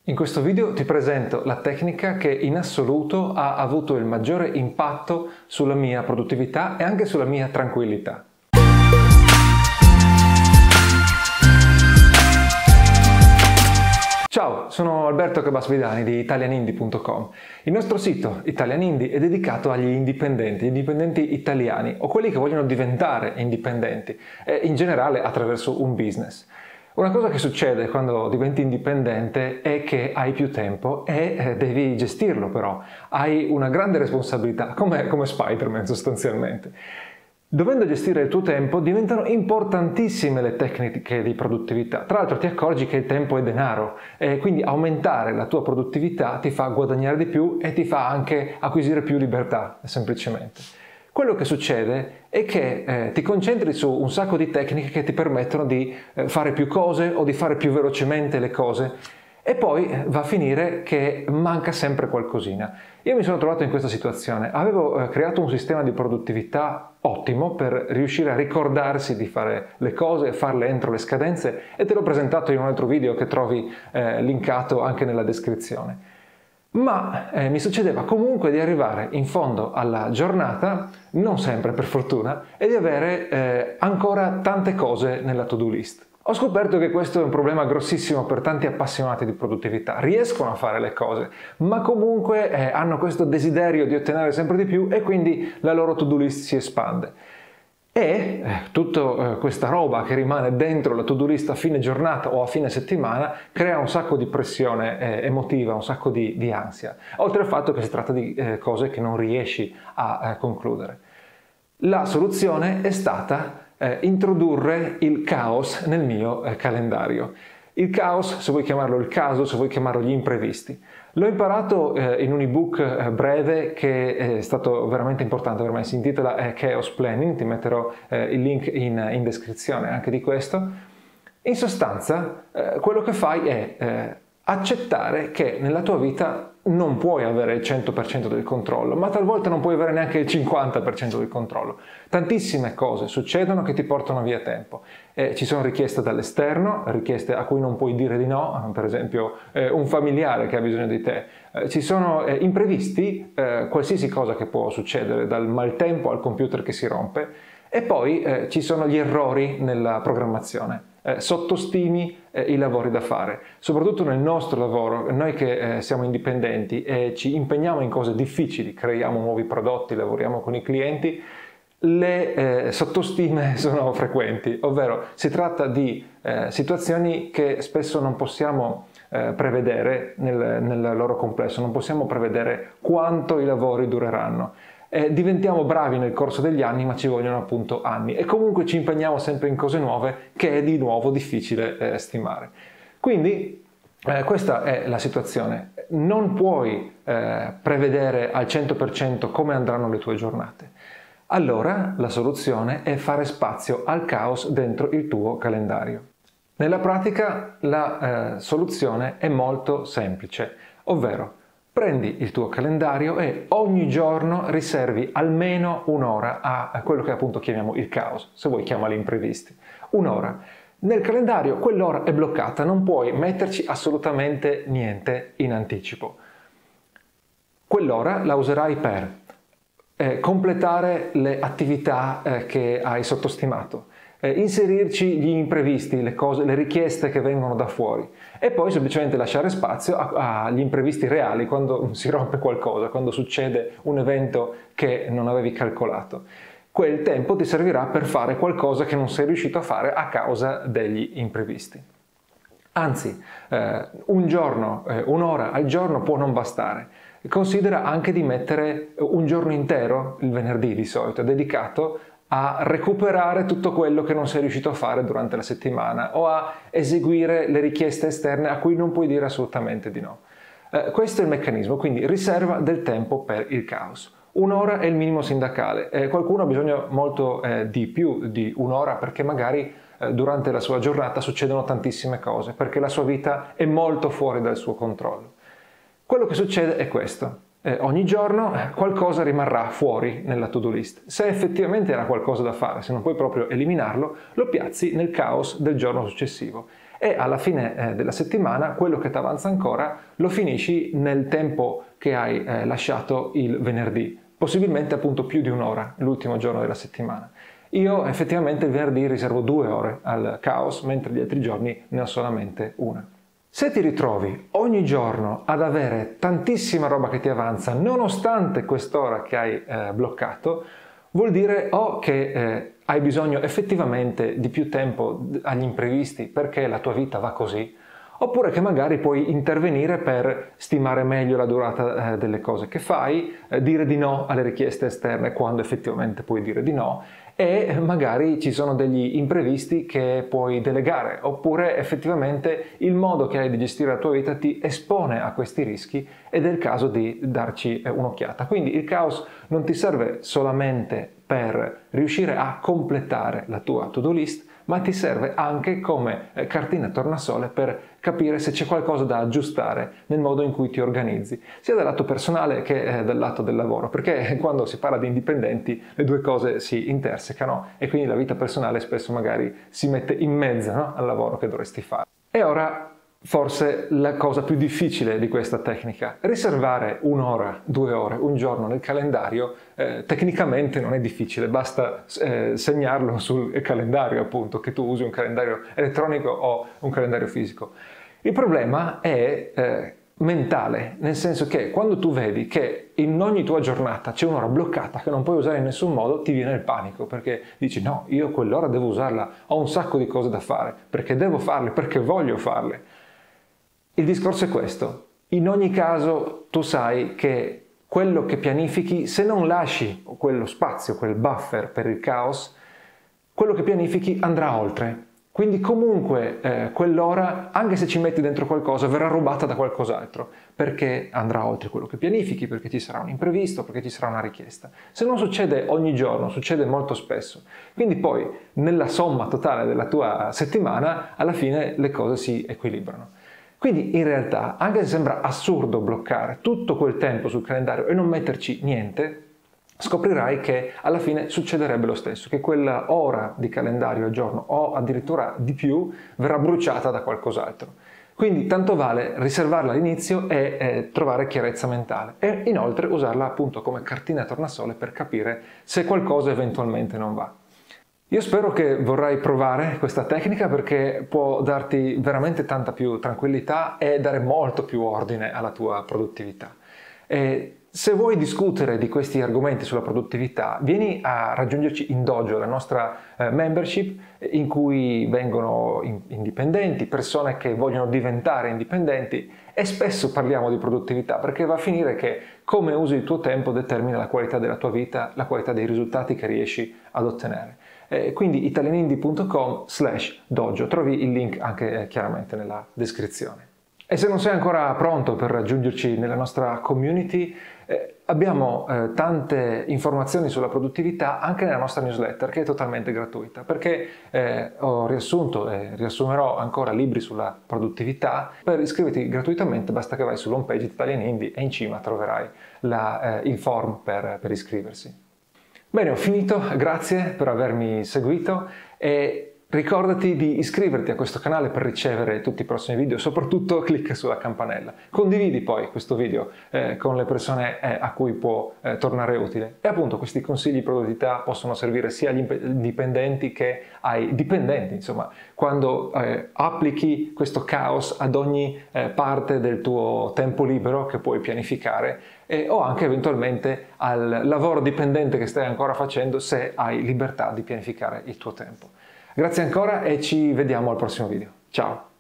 In questo video ti presento la tecnica che in assoluto ha avuto il maggiore impatto sulla mia produttività e anche sulla mia tranquillità. Ciao, sono Alberto Cabasvidani di italianindie.com. Il nostro sito Italian Indie è dedicato agli indipendenti italiani o quelli che vogliono diventare indipendenti e in generale attraverso un business. Una cosa che succede quando diventi indipendente è che hai più tempo e devi gestirlo però. Hai una grande responsabilità, come Spider-Man sostanzialmente. Dovendo gestire il tuo tempo diventano importantissime le tecniche di produttività. Tra l'altro ti accorgi che il tempo è denaro e quindi aumentare la tua produttività ti fa guadagnare di più e ti fa anche acquisire più libertà, semplicemente. Quello che succede è che ti concentri su un sacco di tecniche che ti permettono di fare più cose o di fare più velocemente le cose e poi va a finire che manca sempre qualcosina. Io mi sono trovato in questa situazione, avevo creato un sistema di produttività ottimo per riuscire a ricordarsi di fare le cose e farle entro le scadenze e te l'ho presentato in un altro video che trovi linkato anche nella descrizione. Ma mi succedeva comunque di arrivare in fondo alla giornata, non sempre per fortuna, e di avere ancora tante cose nella to-do list. Ho scoperto che questo è un problema grossissimo per tanti appassionati di produttività. Riescono a fare le cose, ma comunque hanno questo desiderio di ottenere sempre di più e quindi la loro to-do list si espande. E tutta questa roba che rimane dentro la to-do list a fine giornata o a fine settimana crea un sacco di pressione emotiva, un sacco di ansia, oltre al fatto che si tratta di cose che non riesci a concludere. La soluzione è stata introdurre il caos nel mio calendario. Il caos, se vuoi chiamarlo il caso, se vuoi chiamarlo gli imprevisti. L'ho imparato in un ebook breve che è stato veramente importante per me, si intitola Chaos Planning, ti metterò il link in descrizione anche di questo. In sostanza, quello che fai è accettare che nella tua vita non puoi avere il 100% del controllo, ma talvolta non puoi avere neanche il 50% del controllo. Tantissime cose succedono che ti portano via tempo. Ci sono richieste dall'esterno, richieste a cui non puoi dire di no, per esempio un familiare che ha bisogno di te. Ci sono imprevisti, qualsiasi cosa che può succedere, dal maltempo al computer che si rompe, e poi ci sono gli errori nella programmazione. Sottostimi i lavori da fare, soprattutto nel nostro lavoro, noi che siamo indipendenti e ci impegniamo in cose difficili, creiamo nuovi prodotti, lavoriamo con i clienti, le sottostime sono frequenti, ovvero si tratta di situazioni che spesso non possiamo prevedere nel loro complesso, non possiamo prevedere quanto i lavori dureranno. Diventiamo bravi nel corso degli anni, ma ci vogliono appunto anni e comunque ci impegniamo sempre in cose nuove che è di nuovo difficile stimare. Quindi questa è la situazione. Non puoi prevedere al 100% come andranno le tue giornate. Allora la soluzione è fare spazio al caos dentro il tuo calendario. Nella pratica la soluzione è molto semplice, ovvero prendi il tuo calendario e ogni giorno riservi almeno un'ora a quello che appunto chiamiamo il caos, se vuoi chiamali imprevisti. Un'ora. Nel calendario quell'ora è bloccata, non puoi metterci assolutamente niente in anticipo. Quell'ora la userai per completare le attività che hai sottostimato, inserirci gli imprevisti, le cose, le richieste che vengono da fuori e poi semplicemente lasciare spazio agli imprevisti reali quando si rompe qualcosa, quando succede un evento che non avevi calcolato. Quel tempo ti servirà per fare qualcosa che non sei riuscito a fare a causa degli imprevisti. Anzi, un giorno, un'ora al giorno può non bastare. Considera anche di mettere un giorno intero, il venerdì di solito, dedicato a recuperare tutto quello che non sei riuscito a fare durante la settimana o a eseguire le richieste esterne a cui non puoi dire assolutamente di no. Questo è il meccanismo, quindi riserva del tempo per il caos. Un'ora è il minimo sindacale, qualcuno ha bisogno molto di più di un'ora perché magari durante la sua giornata succedono tantissime cose, perché la sua vita è molto fuori dal suo controllo. Quello che succede è questo. Ogni giorno qualcosa rimarrà fuori nella to-do list. Se effettivamente era qualcosa da fare, se non puoi proprio eliminarlo, lo piazzi nel caos del giorno successivo. e alla fine della settimana quello che ti avanza ancora lo finisci nel tempo che hai lasciato il venerdì, possibilmente appunto più di un'ora l'ultimo giorno della settimana. Io effettivamente il venerdì riservo 2 ore al caos, mentre gli altri giorni ne ho solamente una. Se ti ritrovi ogni giorno ad avere tantissima roba che ti avanza, nonostante quest'ora che hai bloccato, vuol dire o che hai bisogno effettivamente di più tempo agli imprevisti perché la tua vita va così, oppure che magari puoi intervenire per stimare meglio la durata delle cose che fai, dire di no alle richieste esterne quando effettivamente puoi dire di no, e magari ci sono degli imprevisti che puoi delegare, oppure effettivamente il modo che hai di gestire la tua vita ti espone a questi rischi ed è il caso di darci un'occhiata. Quindi il caos non ti serve solamente per riuscire a completare la tua to-do list, ma ti serve anche come cartina tornasole per capire se c'è qualcosa da aggiustare nel modo in cui ti organizzi, sia dal lato personale che dal lato del lavoro, perché quando si parla di indipendenti le due cose si intersecano e quindi la vita personale spesso magari si mette in mezzo, no, al lavoro che dovresti fare. E ora forse la cosa più difficile di questa tecnica, riservare un'ora, 2 ore, un giorno nel calendario, tecnicamente non è difficile, basta segnarlo sul calendario appunto, che tu usi un calendario elettronico o un calendario fisico. Il problema è mentale, nel senso che quando tu vedi che in ogni tua giornata c'è un'ora bloccata che non puoi usare in nessun modo, ti viene il panico perché dici no, io quell'ora devo usarla, ho un sacco di cose da fare, perché devo farle, perché voglio farle. Il discorso è questo: in ogni caso tu sai che quello che pianifichi, se non lasci quello spazio, quel buffer per il caos, quello che pianifichi andrà oltre. Quindi comunque quell'ora, anche se ci metti dentro qualcosa, verrà rubata da qualcos'altro, perché andrà oltre quello che pianifichi, perché ci sarà un imprevisto, perché ci sarà una richiesta. Se non succede ogni giorno, succede molto spesso. Quindi poi nella somma totale della tua settimana, alla fine le cose si equilibrano. Quindi in realtà, anche se sembra assurdo bloccare tutto quel tempo sul calendario e non metterci niente, scoprirai che alla fine succederebbe lo stesso, che quella ora di calendario al giorno o addirittura di più verrà bruciata da qualcos'altro. Quindi tanto vale riservarla all'inizio e trovare chiarezza mentale e inoltre usarla appunto come cartina tornasole per capire se qualcosa eventualmente non va. Io spero che vorrai provare questa tecnica perché può darti veramente tanta più tranquillità e dare molto più ordine alla tua produttività. E se vuoi discutere di questi argomenti sulla produttività, vieni a raggiungerci in Dojo, la nostra membership in cui vengono indipendenti, persone che vogliono diventare indipendenti e spesso parliamo di produttività perché va a finire che come usi il tuo tempo determina la qualità della tua vita, la qualità dei risultati che riesci ad ottenere. Quindi italianindie.com/dojo, trovi il link anche chiaramente nella descrizione. E se non sei ancora pronto per raggiungerci nella nostra community, abbiamo tante informazioni sulla produttività anche nella nostra newsletter che è totalmente gratuita perché ho riassunto e riassumerò ancora libri sulla produttività. Per iscriverti gratuitamente basta che vai sull'home page di Italian Indie e in cima troverai il form per iscriversi. Bene, ho finito, grazie per avermi seguito e ricordati di iscriverti a questo canale per ricevere tutti i prossimi video, soprattutto clicca sulla campanella. Condividi poi questo video con le persone a cui può tornare utile. E appunto questi consigli di produttività possono servire sia agli dipendenti che ai dipendenti, insomma, quando applichi questo caos ad ogni parte del tuo tempo libero che puoi pianificare o anche eventualmente al lavoro dipendente che stai ancora facendo se hai libertà di pianificare il tuo tempo. Grazie ancora e ci vediamo al prossimo video. Ciao!